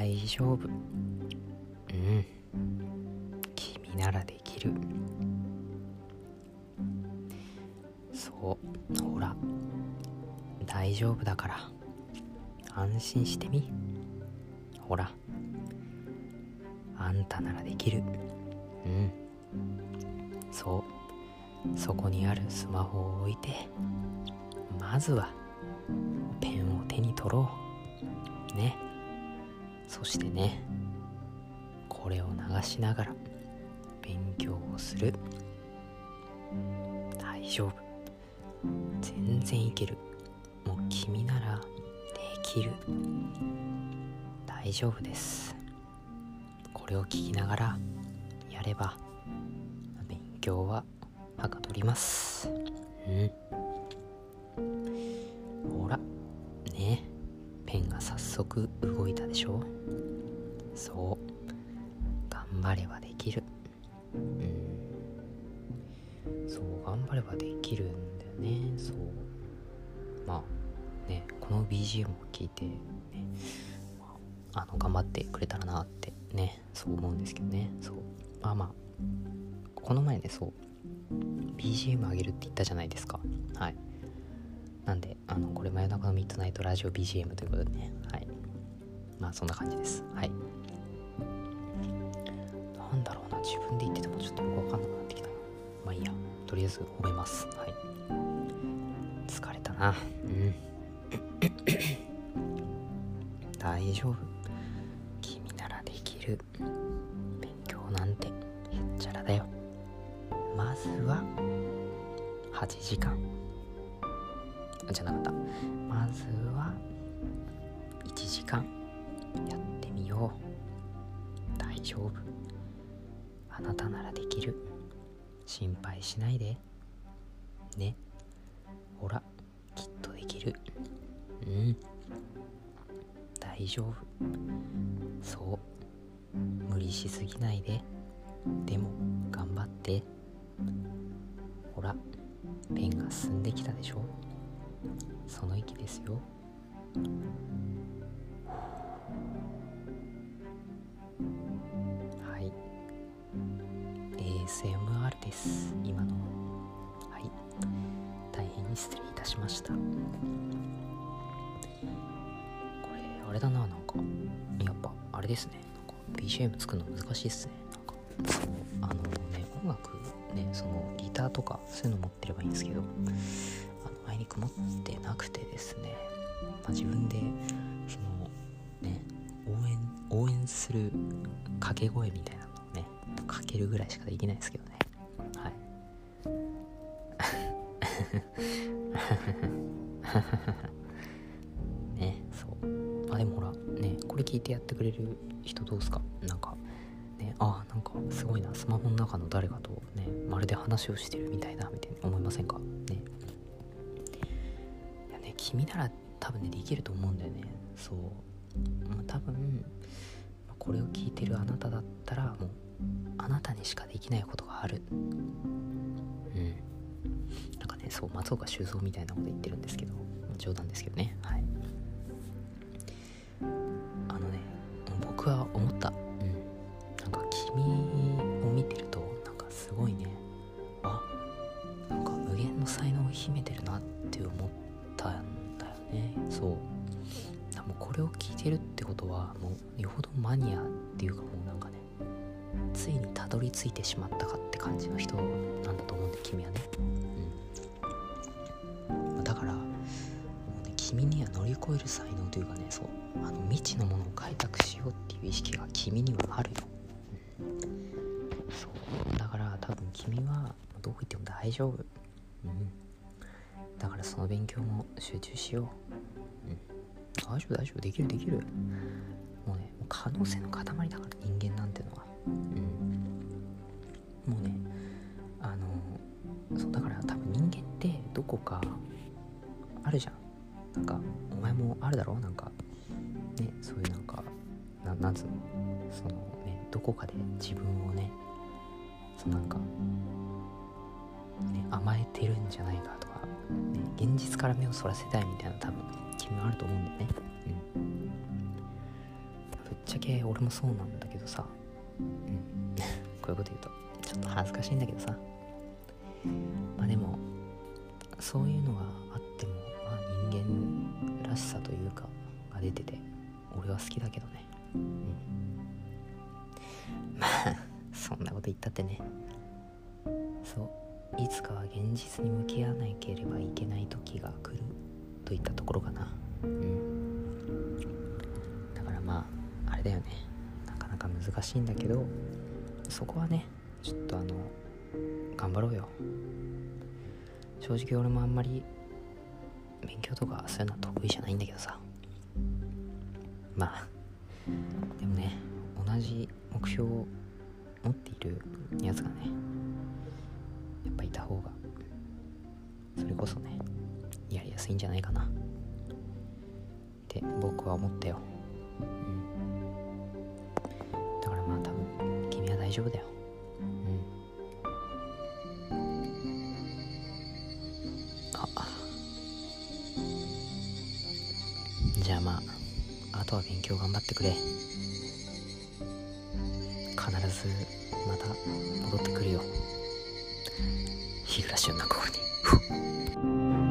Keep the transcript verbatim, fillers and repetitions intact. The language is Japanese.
大丈夫。うん、君ならできる。そう、ほら、大丈夫だから安心してみ。ほら、あんたならできる。うん、そう、そこにあるスマホを置いて、まずはペンを手に取ろうね。そしてね、これを流しながら勉強をする。大丈夫、全然いける。もう君ならできる。大丈夫です。これを聞きながらやれば勉強ははかどります。うんほらね、ペンが早速動いたでしょ。そう、頑張ればできる。うんそう、頑張ればできるんだよね。そう、まあね、この ビージーエム を聞いて、ね、まあ、あの頑張ってくれたらなってね、そう思うんですけどね。そう、まあまあこの前ね、そう ビージーエム あげるって言ったじゃないですか。はい。なんで、あのこれ真夜中のミッドナイトラジオ ビージーエム ということでね、はい。まあそんな感じです。はい。なんだろうな、自分で言っててもちょっとよくわかんなくなってきたな。まあいいや、とりあえず褒めます。はい。疲れたな。うん大丈夫、君ならできる。勉強なんてへっちゃらだよ。まずははちじかんじゃなかったまずはいちじかんやってみよう。大丈夫、あなたならできる。心配しないでね。ほら、きっとできる。うん大丈夫。そう、無理しすぎないで。でも頑張って。ほら、ペンが進んできたでしょ。その息ですよ。はい、 エーエスエムアール です今の。はい、大変に失礼いたしました。これあれだな、なんかやっぱあれですね、なんか ビージーエム 作るの難しいっすね。なんかそう、あのね、音楽ね、そのギターとかそういうの持ってればいいんですけど、あのあいにく持ってなくてですね、まあ、自分でそのね、応援応援する掛け声みたいなのをねかけるぐらいしかできないですけどね。はいね、そう、まあでもほらね、これ聞いてやってくれる人どうすか。なんかね、あ、なんかすごいな、スマホの中の誰かとねまるで話をしてるみたいだみたいに思いませんかね。いやね、君なら多分ねできると思うんだよね。そう、まあ、多分これを聞いてるあなただったら、もうあなたにしかできないことがある。うんなんかね、そう、松岡修造みたいなこと言ってるんですけど、冗談ですけどね。はい、あのね、僕は思った。うんなんか君を見てると、なんかすごいね、あ、なんか無限の才能を秘めてるなって思ったんだよね。そう、もうこれを聞いてるってことは、もうよほどマニアっていうか、もうなんかね、ついにたどり着いてしまったかって感じの人なんだと思うんで、君はね。うんだからもうね、君には乗り越える才能というかね、そう、あの未知のものを開拓しようっていう意識が君にはあるよ。そうだから多分君はどこ行っても大丈夫。うんだからその勉強も集中しよう。うん大丈夫大丈夫、できるできる。もうね、もう可能性の塊だから人間なんてのは。うんもうね、あのそうだから多分人間ってどこかあるじゃん。なんかお前もあるだろう、なんかね、そういうなんかななんつうの、そのね、どこかで自分をね、そのなんかね、甘えてるんじゃないかとか、ね、現実から目をそらせたいみたいな、多分君はあると思うんだよね。うんぶっちゃけ俺もそうなんだけどさ、うんこういうこと言うとちょっと恥ずかしいんだけどさ、まあでもそういうのがあっても、まあ、人間らしさというかが出てて俺は好きだけどね、うん、まあそんなこと言ったってね、そういつかは現実に向き合わなければいけない時が来るといったところかな。うん、だからまああれだよね、なかなか難しいんだけど、そこはねちょっとあの頑張ろうよ。正直俺もあんまり勉強とかそういうのは得意じゃないんだけどさ、まあでもね同じ目標を持っているやつがねやっぱいた方がそれこそねやりやすいんじゃないかなって僕は思ったよ、うん、だからまあ多分君は大丈夫だよ。うんあじゃあまああとは勉強頑張ってくれ。必ずまた戻ってくるよ、日暮の心に。